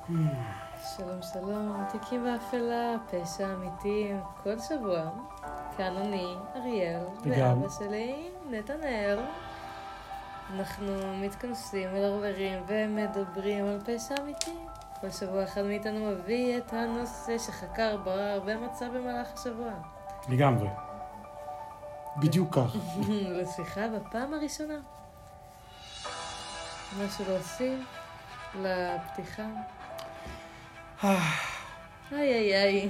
שלום שלום, תיקים באפלה, פשע אמיתי, כל שבוע. כאן אני, אריאל, ואבא שלי, נתנאל. אנחנו מתכנסים, מדברים ומדברים על פשע אמיתי. כל שבוע אחד מאיתנו מביא את הנושא שחקר ברר ומצא במהלך השבוע. לגמרי. בדיוק כך. לשיחה בפעם הראשונה. משהו להוסיף לפתיחה? איי.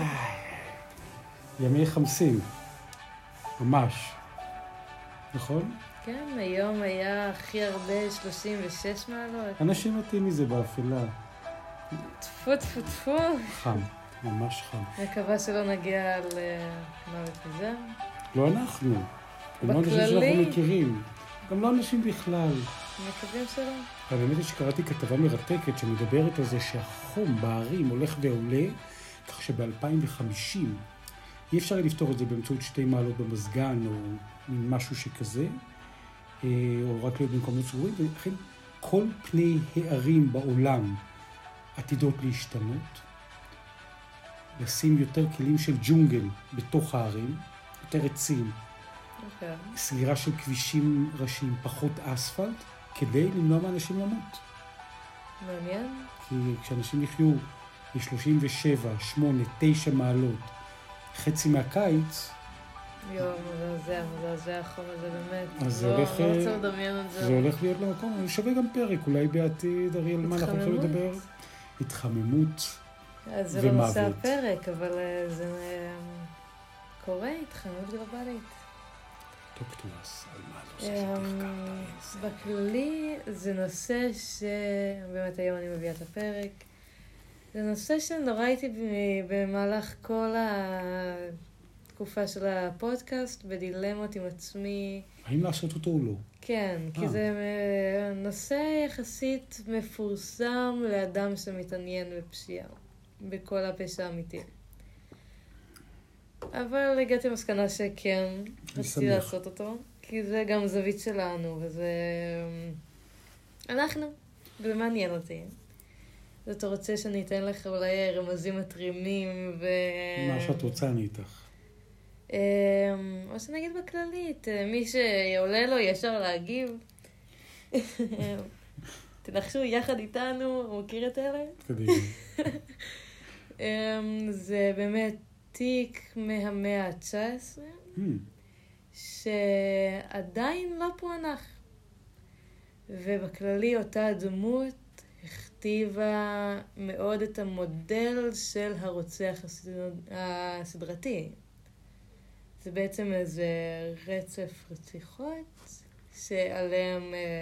ימי חמסים. ממש. נכון? כן, היום היה הכי הרבה 36 מעלות. אנשים מתים מזה באפלה. טפו טפו טפו. חם. ממש חם. מקווה שלא נגיע למוות מזה. לא אנחנו. גם לא אנשים שאנחנו מכירים. גם לא אנשים בכלל. מקווים שלא. ובאמת שקראתי כתבה מרתקת שמדברת על זה שהחום בערים הולך ועולה, כך שב-2050 אי אפשר לפתור את זה באמצעות 2 מעלות במזגן או משהו שכזה, או רק להיות במקומות סגורים, ולכן כל פני הערים בעולם עתידות להשתנות, לשים יותר כלים של ג'ונגל בתוך הערים, יותר עצים, סגירה של כבישים ראשיים, פחות אספלט, כדי למנוע מאנשים למות. מעניין. כי כשאנשים יחיו ל-37, 8, 9 מעלות, חצי מהקיץ... זה החום הזה באמת. אז לא רוצה לדמיין את זה. זה הולך להיות למקום, שווה גם פרק, אולי בעתיד, אריאל, מה אנחנו יכולים לדבר? התחממות ומוות. אז זה לא נושא הפרק, אבל זה קורה, התחממות גלובלית. טוקטורס, על מה הנושא שתחקרת? בכללי זה נושא שבאמת היום אני מביאה את הפרק. זה נושא שנורא הייתי במהלך כל התקופה של הפודקאסט, בדילמות עם עצמי. האם לעשות אותו או לא? כן, כי זה נושא יחסית מפורסם לאדם שמתעניין בפשיעה, בכל הפשע האמיתי. אבל הגעתי למסקנה שכן, רציתי לעשות אותו, כי זה גם זווית שלנו, וזה אנחנו, וזה מעניין אותי. אז אתה רוצה שאני אתן לך אולי רמזים מתרימים מה שאת רוצה אני איתך. או שנגיד בכללית, מי שעולה לו ישר להגיב. תנחשו יחד איתנו, הוא מכיר את אלה? קדימה. זה באמת תיק מהמאה ה-19, שעדיין לא פוענח. ובכללי אותה דמות הכתיבה מאוד את המודל של הרוצח הסדרתי. זה בעצם איזה רצף רציחות שעליהם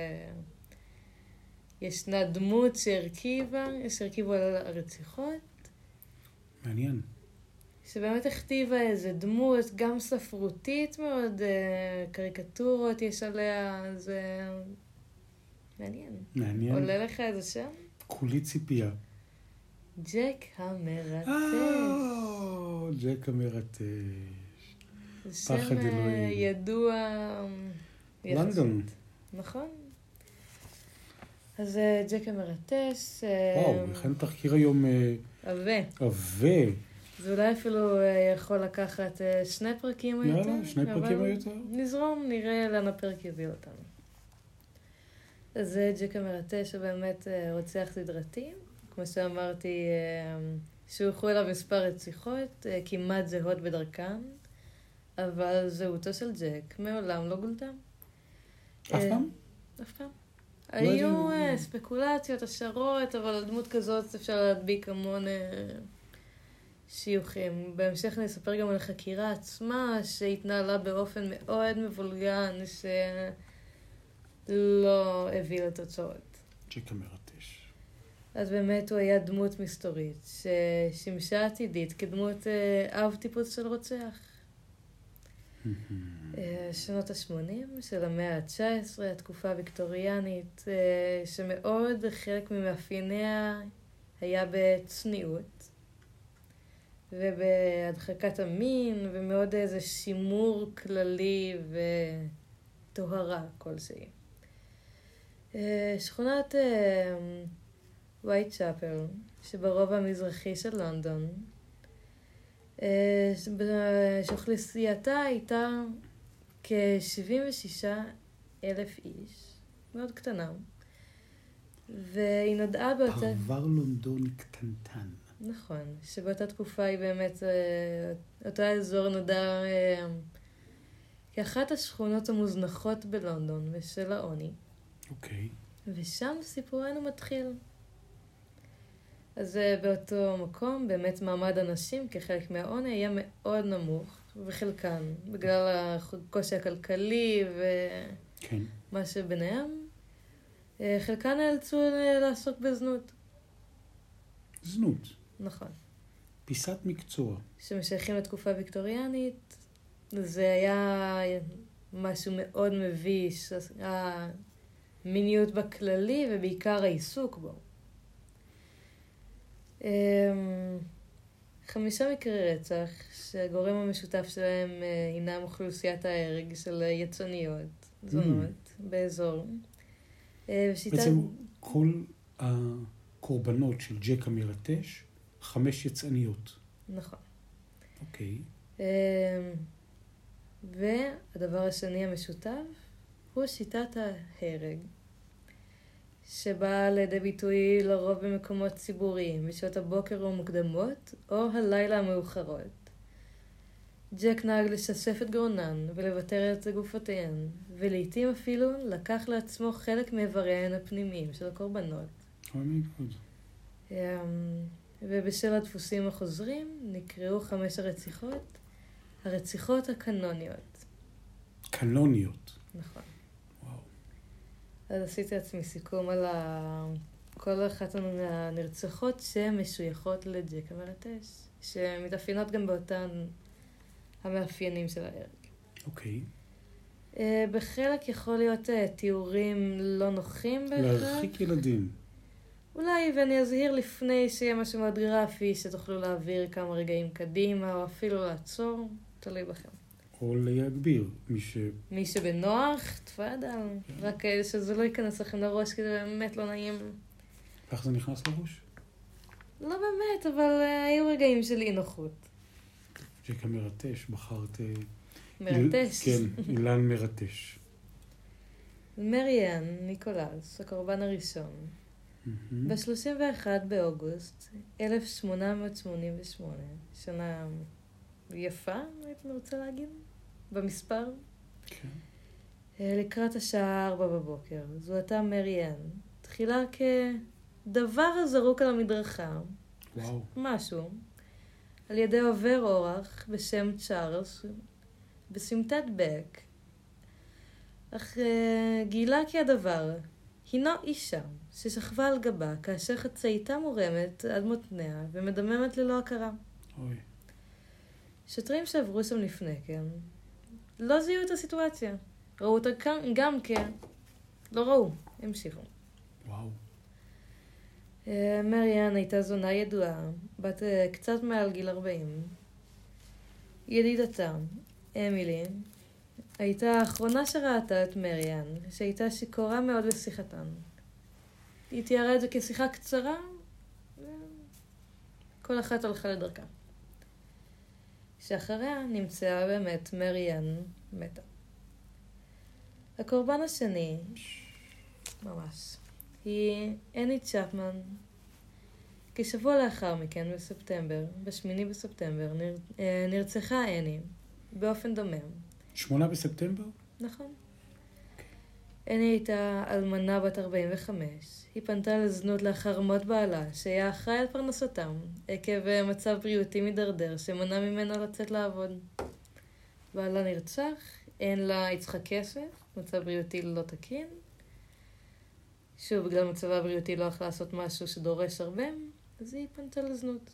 ישנה דמות שהרכיבו על הרציחות. מעניין. שבאמת הכתיבה איזה דמות, גם ספרותית מאוד, קריקטורות יש עליה, זה מעניין. מעניין. עולה לך איזה שם? כולי ציפייה. ג'ק המרטש. ג'ק המרטש. זה שם ידוע. לונדון. נכון. אז ג'ק המרטש. וואו, לכן תחקיר היום... עבה. זה אולי אפילו יכול לקחת 2 פרקים או יותר. יאללה, 2 פרקים או יותר. נזרום, נראה לאן הפרק יביא אותנו. אז ג'ק המרטש הוא באמת רוצח סדרתי. כמו שאמרתי, שהולכו אליו מספר רציחות, כמעט זהות בדרכן. אבל זהותו של ג'ק מעולם לא גולתה. אף פעם? אף פעם. היו ספקולציות, השערות, אבל על דמות כזאת אפשר להדביק המון שיוחים. בהמשך נספר גם על החקירה עצמה, שהתנהלה באופן מאוד מבולגן, שלא הביא לתוצאות. ג'ק המרטש. אז באמת הוא היה דמות מסתורית, ששימשה עתידית כדמות אב טיפוס של רוצח. שנות ה-80 של המאה ה-19, התקופה הוויקטוריאנית, שמאוד חלק ממאפייניה היה בצניעות ובהדחקת המין, ומאוד איזה שימור כללי וטוהרה כלשהי. שכונת ווייטשאפל, שברובע המזרחי של לונדון, שאוכלוסייתה הייתה כ-76,000 איש, מאוד קטנה, והיא נודעה באותה... פרבר לונדוני קטנטן. נכון, שבאותה תקופה היא באמת, אותו האזור נודע כאחת השכונות המוזנחות בלונדון ושל העוני. אוקיי. ושם סיפורנו מתחיל. אז באותו מקום, באמת מעמד הנשים כחלק מהעוני היה מאוד נמוך, וחלקן, בגלל הקושי הכלכלי ומה שביניהם, חלקן נאלצו לעסוק בזנות. זנות. נכון. פיסת מקצוע. שמשייכים לתקופה ויקטוריאנית, זה היה משהו מאוד מביש, המיניות בכללי ובעיקר העיסוק בו. 5 מקרי רצח, שהגורם המשותף שלהם הינם אוכלוסיית ההרג של יצרניות, זונות, באזור. בעצם כל הקורבנות של ג'ק המרטש, 5 יצרניות. נכון. אוקיי. והדבר השני המשותף הוא שיטת ההרג, שבאה לידי ביטוי לרוב במקומות ציבוריים, בשעות הבוקר המוקדמות או הלילה המאוחרות. ג'ק נהג לשסף את גרונן ולוותר את גופותיהן, ולעיתים אפילו לקח לעצמו חלק מאיבריהן הפנימיים של הקורבנות. ובשל הדפוסים החוזרים נקראו 5 הרציחות, הרציחות הקנוניות. קנוניות. נכון. וואו. אז עשיתי לעצמי סיכום על כל אחת הנרצחות שמשויכות לג'ק המרטש, שמתאפיינות גם באותן המאפיינים של ההרג. אוקיי. בחלק יכול להיות תיאורים לא נוחים בהכרח. להרחיק ילדים. אולי, ואני אזהיר לפני שיהיה משהו מאוד גרפי, שתוכלו להעביר כמה רגעים קדימה, או אפילו לעצור, תלוי בכם. או להגביר, מי שבנוח, תפאדל. רק שזה לא ייכנס לכם לראש, כי זה באמת לא נעים. איך זה נכנס לראש? לא באמת, אבל היו רגעים של אי נוחות. ג'ק המרטש, בחרת... מרטש. כן, אילן מרטש. מריאן ניקולס, הקורבן הראשון. ב-31 באוגוסט 1888, שנה יפה, הייתי רוצה להגיד, במספר. כן. לקראת השעה 4 בבוקר, זוהתה מריאן, תחילה כדבר הזרוק על המדרכה. וואו. משהו. על ידי עובר אורח בשם צ'ארלס, בסמטת בק. אך גילה כי הדבר הינו אישה ששכבה על גבה כאשר חצאיתה מורמת עד מותניה ומדממת ללא הכרה. אוי. שוטרים שעברו שם לפני כן לא זיהו את הסיטואציה. ראו אותה גם לא ראו, המשיכו. וואו. מריאן הייתה זונה ידועה, בת קצת מעל גיל 40. ידידתה, אמילי, הייתה האחרונה שראתה את מריאן, שהייתה שיכורה מאוד בשיחתן. היא תיארה את זה כשיחה קצרה, וכל אחת הלכה לדרכה. שאחריה נמצאה באמת מריאן מתה. הקורבן השני, ממש, היא אני צ'פמן. כשבוע לאחר מכן, בספטמבר, ב8 בספטמבר, נרצחה אני, באופן דומם. 8 בספטמבר? נכון. אני הייתה אלמנה בת 45. היא פנתה לזנות לאחר מות בעלה, שהיה אחראי על פרנסתם, עקב מצב בריאותי מדרדר, שמנע ממנה לצאת לעבוד. בעלה נרצח, אין לה, היא צריכה כסף, מצב בריאותי לא תקין. שוב, בגלל מצבה הבריאותי לא יכלה לעשות משהו שדורש הרבה, אז היא פנתה לזנות.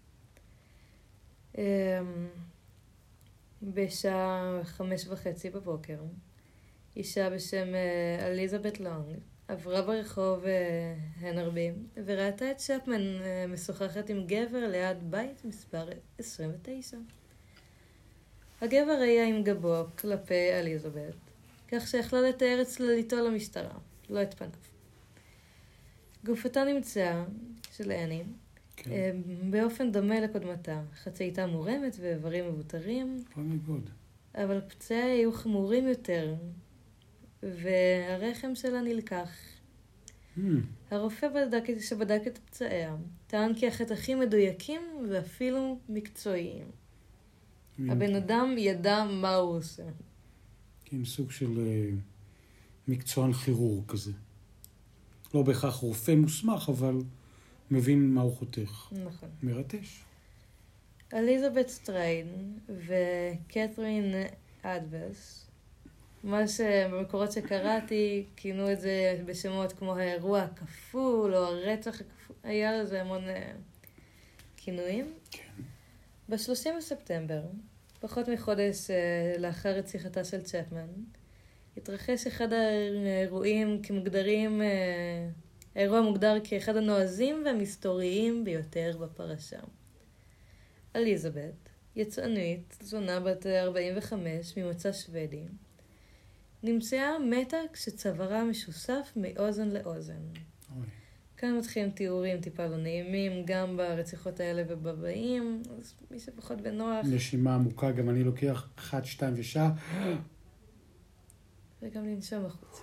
בשעה 5:30 בבוקר, אישה בשם אליזבת לונג עברה ברחוב הנרבי וראתה את צ'פמן משוחחת עם גבר ליד בית מספר 29. הגבר היה עם גבו כלפי אליזבת, כך שיכלה לתאר את צלליתו למשטרה, לא את פניו. גופתה נמצאה של אני, כן. באופן דומה לקודמתה. חצאיתה מורמת ואיברים מבוטרים, אבל פצעיה היו חמורים יותר, והרחם שלה נלקח. הרופא שבדק את פצעיה טען כי החתכים מדויקים ואפילו מקצועיים. הבן אדם ידע מה הוא עושה. כן, סוג של מקצוען חירור כזה. לא בהכרח רופא מוסמך, אבל מבין מה הוא חותך. נכון. מרטש. אליזבת סטריין וקת'רין אדווס, מה שבמקורות שקראתי, כינו את זה בשמות כמו האירוע הכפול או הרצח הכפול, היה לזה המון כינויים. כן. ב-30 בספטמבר, פחות מחודש לאחר רציחתה של צ'פמן, התרחש אחד האירועים כמוגדרים, האירוע מוגדר כאחד הנועזים והמסתוריים ביותר בפרשה. אליזבת, יצאנית, זונה בת 45 ממוצא שוודי, נמצאה מתה כשצווארה משוסף מאוזן לאוזן. אוי. כאן מתחילים תיאורים טיפה לא נעימים, גם ברציחות האלה ובבאים, אז מי שפחות בנוח. נשימה עמוקה, גם אני לוקח 1, 2 ושעה. וגם לנשום החוצה.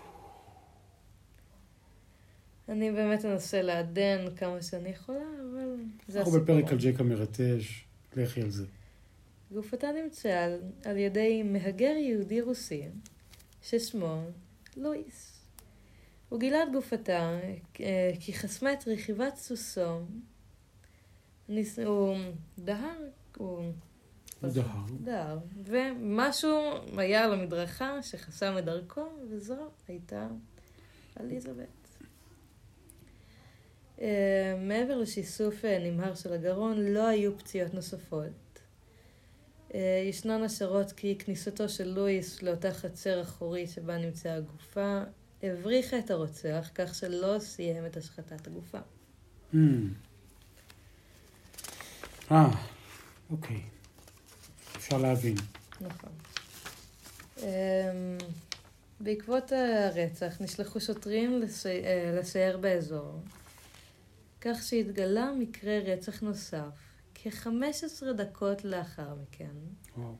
אני באמת אנסה לעדן כמה שאני יכולה, אבל זה הסיפור. אנחנו בפרק על ג'ק המרטש, לכי על זה. גופתה נמצאה על ידי מהגר יהודי רוסי, ששמו לואיס. הוא גילה את גופתה כי חסמה את רכיבת סוסו. הוא דהר. ומשהו היה על המדרכה שחסם את דרכו, וזו הייתה אליזבת. מעבר לשיסוף נמהר של הגרון, לא היו פציעות נוספות. ישנן השערות כי כניסתו של לואיס לאותה חצר אחורית שבה נמצאה הגופה, הבריחה את הרוצח כך שלא סיים את השחטת הגופה. אוקיי. אפשר להבין. נכון. בעקבות הרצח נשלחו שוטרים לסייר באזור, כך שהתגלה מקרה רצח נוסף, כ-15 דקות לאחר מכן. וואו.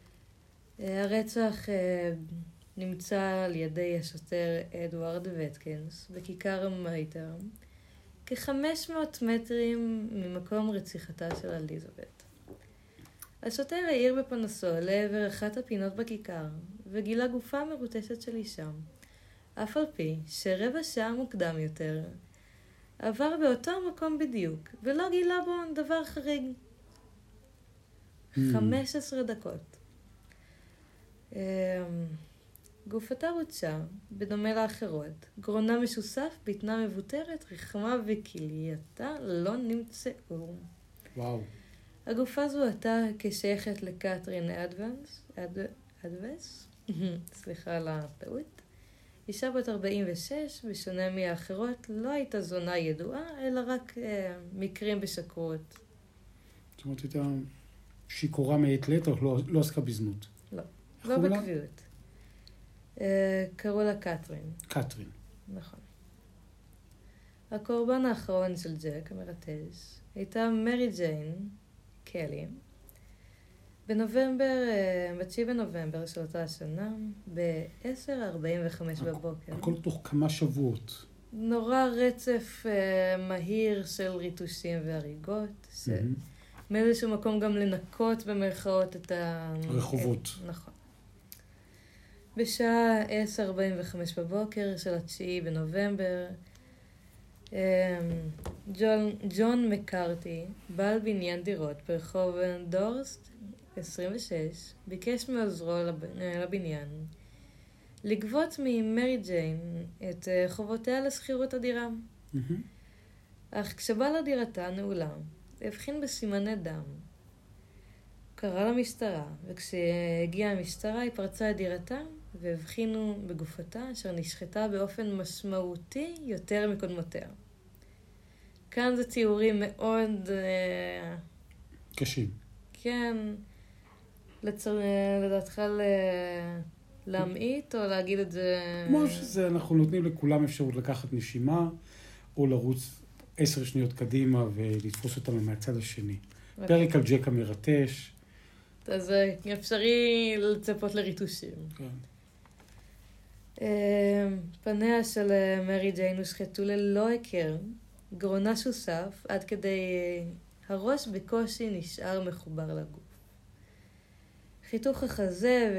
הרצח נמצא על ידי השוטר אדוארד וטקינס בכיכר מייטר, כ-500 מטרים ממקום רציחתה של אליזבת. השוטר העיר בפנסו לעבר אחת הפינות בכיכר, וגילה גופה מרוטשת של אישה. אף על פי שרבע שעה מוקדם יותר, עבר באותו מקום בדיוק, ולא גילה בו דבר חריג. 15 דקות. גופתה רוצשה, בדומה לאחרות, גרונה משוסף, בטנה מבוטרת, רחמה וכלייתה לא נמצאו. וואו. הגופה זוהתה כשייכת לקת'רין אדווס, סליחה על הטעות. אישה בת 46, בשונה מהאחרות, לא הייתה זונה ידועה, אלא רק מקרים בשקרות. זאת אומרת, הייתה שיכורה מעת לעת, אבל לא עסקה בזנות. לא, לא בקביעות. קראו לה קת'רין. קת'רין. נכון. הקורבן האחרון של ג'ק, המרטש, הייתה מרי ג'יין קלי. ב-9 בנובמבר של אותה השנה, ב-10:45 בבוקר. הכל תוך כמה שבועות. נורא רצף מהיר של ריטושים והריגות, מאיזשהו מקום גם לנקות במרכאות את הרחובות. נכון. בשעה 10:45 בבוקר של 9 בנובמבר, ג'ון מקארתי, בעל בניין דירות ברחוב דורסט 26, ביקש מעוזרו לבניין לגבות ממרי ג'יין את חובותיה לשכירות הדירה. אך כשבא לדירתה נעולה, הבחין בסימני דם. קרא למשטרה, וכשהגיעה המשטרה היא פרצה את דירתה והבחינו בגופתה אשר נשחטה באופן משמעותי יותר מקודמותיה. כאן זה ציורים מאוד קשים. כן, לדעתך להמעיט או להגיד את זה? כמו שזה, אנחנו נותנים לכולם אפשרות לקחת נשימה, או לרוץ 10 שניות קדימה ולתפוס אותנו מהצד השני. פרק על ג'ק המרטש. אז אפשרי לצפות לריטושים. כן. פניה של מרי ג'יין הושחתו ללא היכר, גרונה שוסף, עד כדי הראש בקושי נשאר מחובר לגוף. חיתוך החזה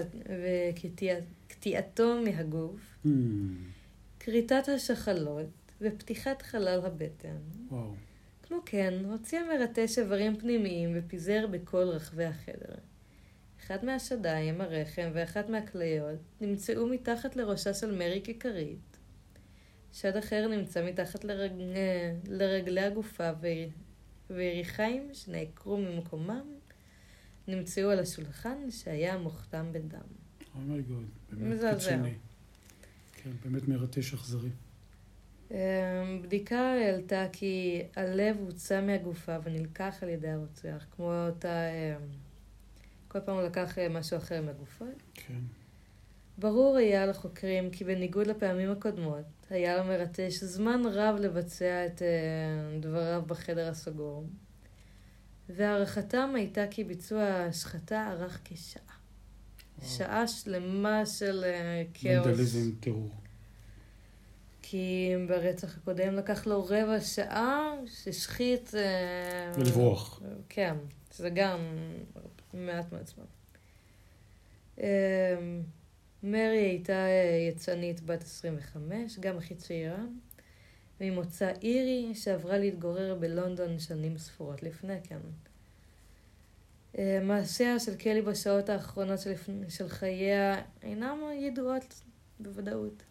וקטיעתו מהגוף, כריתת השחלות ופתיחת חלל הבטן. וואו. כמו כן, הוציא המרטש איברים פנימיים ופיזר בכל רחבי החדר. אחד מהשדיים, הרחם ואחת מהכליות נמצאו מתחת לראשה של מרי ככרית. שד אחר נמצא מתחת לרגלי הגופה ויריחיים שנעקרו ממקומם נמצאו על השולחן שהיה מוכתם בדם. אומייגוד, באמת קיצוני. כן, באמת מרטש אכזרי. בדיקה העלתה כי הלב הוצא מהגופה ונלקח על ידי הרוצח, כמו אותה... כל פעם הוא לקח משהו אחר מהגופה. כן. ברור היה לחוקרים כי בניגוד לפעמים הקודמות, היה למרטש זמן רב לבצע את דבריו בחדר הסגור. והערכתם הייתה כי ביצוע ההשחתה ערך כשעה. שעה שלמה של כאוס. ונדליזם, טרור. כי ברצח הקודם לקח לו רבע שעה ששחית... ולברוח. כן, שזה גם מעט מעצמה. מרי הייתה יצאנית בת 25, גם הכי צעירה, ממוצא אירי שעברה להתגורר בלונדון שנים ספורות לפני כן. מעשיה של קלי בשעות האחרונות של חייה אינם ידועות בוודאות.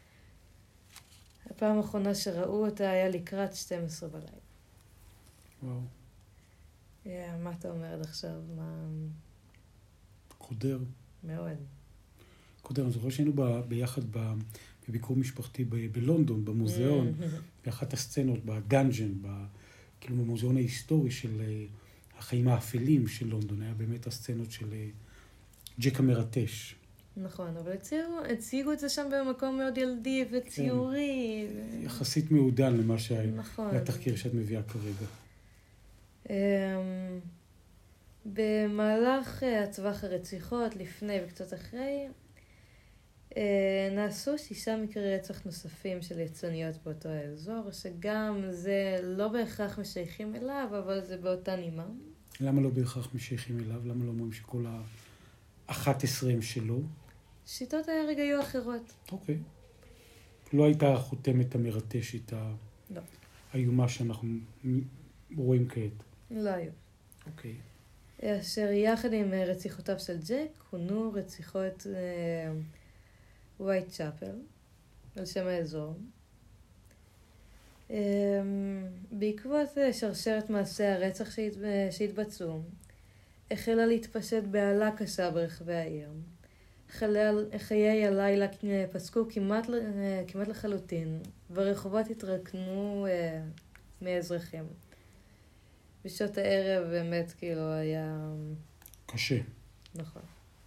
הפעם האחרונה שראו אותה היה לקראת 12 בלילה. וואו. מה אתה אומר עד עכשיו? קודר. מאוד. קודר, אני זוכר שהיינו ביחד בביקור משפחתי בלונדון, במוזיאון, באחת הסצנות, בדאנג'ן, כאילו במוזיאון ההיסטורי של החיים האפלים של לונדון, היה באמת הסצנות של ג'ק המרטש. נכון, אבל הציגו את זה שם במקום מאוד ילדי וציורי. יחסית מעודן למה שהיה, נכון. לתחקיר שאת מביאה כרגע. במהלך הטווח הרציחות, לפני וקצת אחרי, נעשו 6 מקרי רצח נוספים של יצאניות באותו האזור, שגם זה לא בהכרח משייכים אליו, אבל זה באותה נימה. למה לא בהכרח משייכים אליו? למה לא אומרים שכל ה-11 הם שלו? שיטות ההרג היו אחרות. אוקיי. לא הייתה חותמת המרטשת האיומה שאנחנו רואים כעת. לא היו. אוקיי. אשר יחד עם רציחותיו של ג'ק, כונו רציחות ווייט צ'אפל, על שם האזור. בעקבות שרשרת מעשי הרצח שהתבצעו, החלה להתפשט בעלה קשה ברחבי העיר. חיי הלילה פסקו כמעט לחלוטין, והרחובות התרקנו מאזרחים. בשעות הערב באמת כאילו היה... קשה. נכון.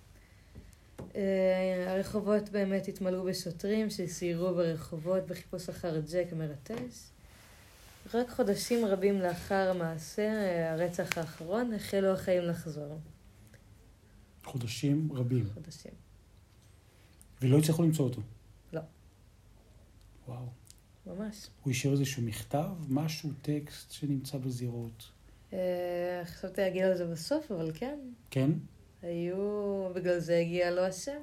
הרחובות באמת התמלאו בשוטרים שסיירו ברחובות בחיפוש אחר ג'ק המרטש. רק חודשים רבים לאחר מעשה הרצח האחרון החלו החיים לחזור. חודשים רבים. חודשים. ולא הצליחו למצוא אותו? לא. וואו. ממש. הוא השאיר איזשהו מכתב, משהו, טקסט שנמצא בזירות? חשבתי להגיד על זה בסוף, אבל כן. כן? בגלל זה הגיע לו השם.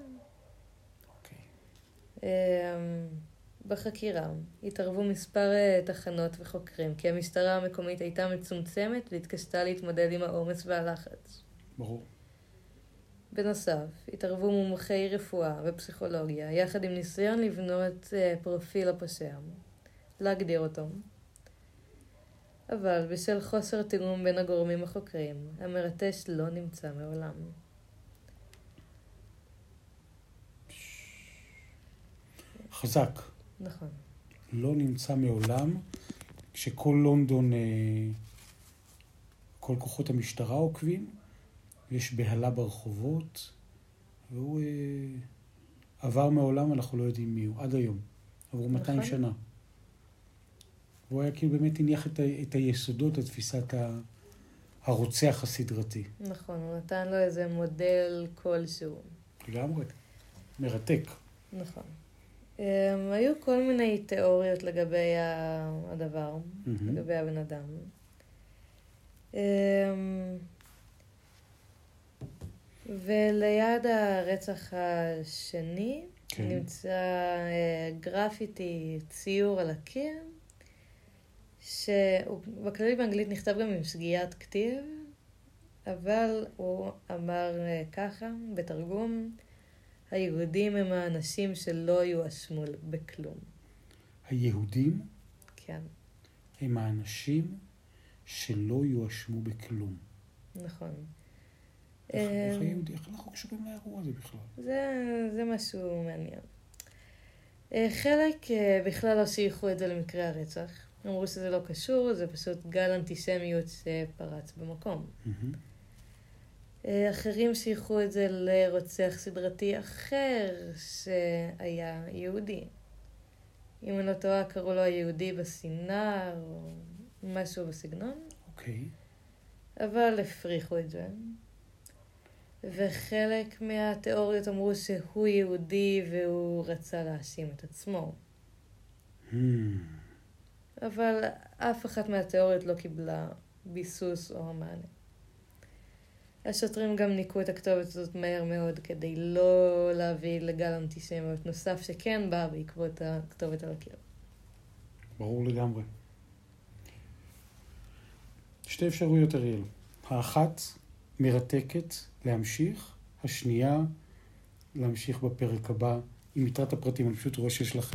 אוקיי. בחקירה התערבו מספר תחנות וחוקרים, כי המשטרה המקומית הייתה מצומצמת והתקשתה להתמודד עם העומס והלחץ. ברור. בנוסף, התערבו מומחי רפואה ופסיכולוגיה, יחד עם ניסיון לבנות פרופיל הפושע, להגדיר אותו. אבל בשל חוסר תיאום בין הגורמים החוקרים, המרטש לא נמצא מעולם. חזק. נכון. לא נמצא מעולם, כשכל לונדון, כל כוחות המשטרה עוקבים, יש בהלה ברחובות, והוא עבר מעולם, אנחנו לא יודעים מי הוא, עד היום. עברו 200 שנה. והוא היה כאילו באמת הניח את היסודות, את תפיסת הרוצח הסדרתי. נכון, הוא נתן לו איזה מודל כלשהו. לגמרי. מרתק. נכון. היו כל מיני תיאוריות לגבי הדבר, לגבי הבן אדם. וליד הרצח השני נמצא גרפיטי, ציור על הקיר, שבכללי באנגלית נכתב גם עם שגיאת כתיב, אבל הוא אמר ככה, בתרגום, היהודים הם האנשים שלא יואשמו בכלום. היהודים? כן. הם האנשים שלא יואשמו בכלום. נכון. איך אנחנו קשורים לאירוע הזה בכלל? זה משהו מעניין. חלק בכלל לא שייכו את זה למקרה הרצח. אמרו שזה לא קשור, זה פשוט גל אנטישמיות שפרץ במקום. אחרים שייכו את זה לרוצח סדרתי אחר שהיה יהודי. אם אני לא טועה, קראו לו היהודי בסינר או משהו בסגנון. אוקיי. אבל הפריחו את זה. וחלק מהתיאוריות אמרו שהוא יהודי והוא רצה להאשים את עצמו. אבל אף אחת מהתיאוריות לא קיבלה ביסוס או מענה. השוטרים גם ניקו את הכתובת הזאת מהר מאוד כדי לא להביא לגל אנטישמיות נוסף שכן בא בעקבות הכתובת על הקיר. ברור לגמרי. שתי אפשרויות אריאל. האחת מרתקת להמשיך, השנייה להמשיך בפרק הבא עם יתרת הפרטים. אני פשוט רואה שיש לך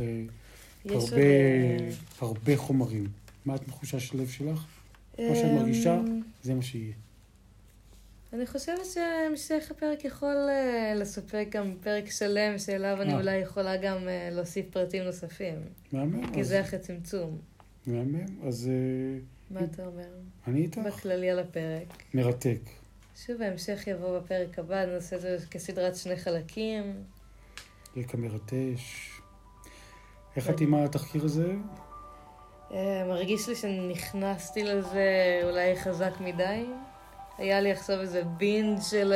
הרבה חומרים. מה את מחושה של לב שלך? מה שאת מרגישה, זה מה שיהיה. אני חושבת שהמשך הפרק יכול לספק גם פרק שלם שאליו אני אולי יכולה גם להוסיף פרטים נוספים. מהמם. כי זה אחרי צמצום. מהמם, אז... מה אתה אומר? אני איתך. בכללי על הפרק. מרתק. שוב, ההמשך יבוא בפרק הבא, נעשה את זה כסדרת שני חלקים. רקע מרטש. איך את עם התחקיר הזה? מרגיש לי שנכנסתי לזה אולי חזק מדי. היה לי עכשיו איזה בינג' של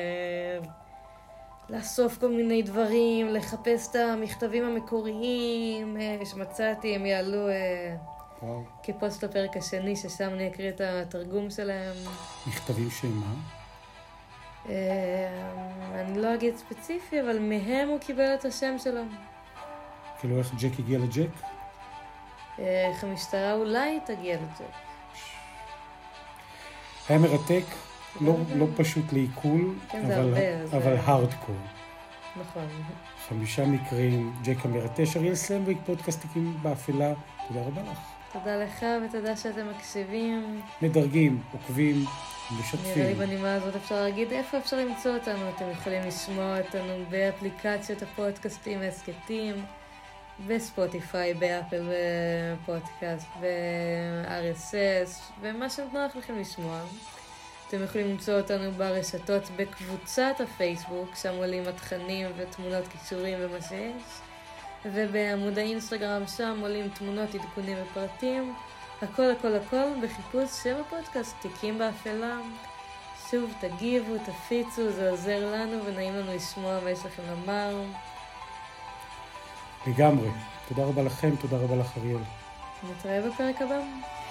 לאסוף כל מיני דברים, לחפש את המכתבים המקוריים שמצאתי, הם יעלו כפוסט לפרק השני, ששם אני אקריא את התרגום שלהם. מכתבים שמה? אני לא אגיד ספציפי, אבל מהם הוא קיבל את השם שלו. כאילו איך ג'ק הגיע לג'ק? איך המשטרה אולי תגיע לג'ק. היה מרתק, לא פשוט לעיכול, אבל הארדקור. נכון. 5 מקרים, ג'ק המרטש, אריאל סלמבריק, פודקאסטיקים באפלה. תודה רבה לך. תודה לך ותודה שאתם מקשיבים. מדרגים, עוקבים, משתפים. נראה לי בנימה הזאת אפשר להגיד איפה אפשר למצוא אותנו. אתם יכולים לשמוע אותנו באפליקציות הפודקאסטים והסקטים, בספוטיפיי, באפל פודקאסט, ב-RSS, ומה שנוח לכם לשמוע. אתם יכולים למצוא אותנו ברשתות בקבוצת הפייסבוק, שם עולים התכנים ותמונות קישורים ומה שיש. ובעמוד האינסטגרם שם עולים תמונות, עדכונים ופרטים. הכל בחיפוש שם הפודקאסט, תיקים באפלה. שוב, תגיבו, תפיצו, זה עוזר לנו ונעים לנו לשמוע מה יש לכם לומר. לגמרי. תודה רבה לכם, תודה רבה לך אריאל. נתראה בפרק הבא.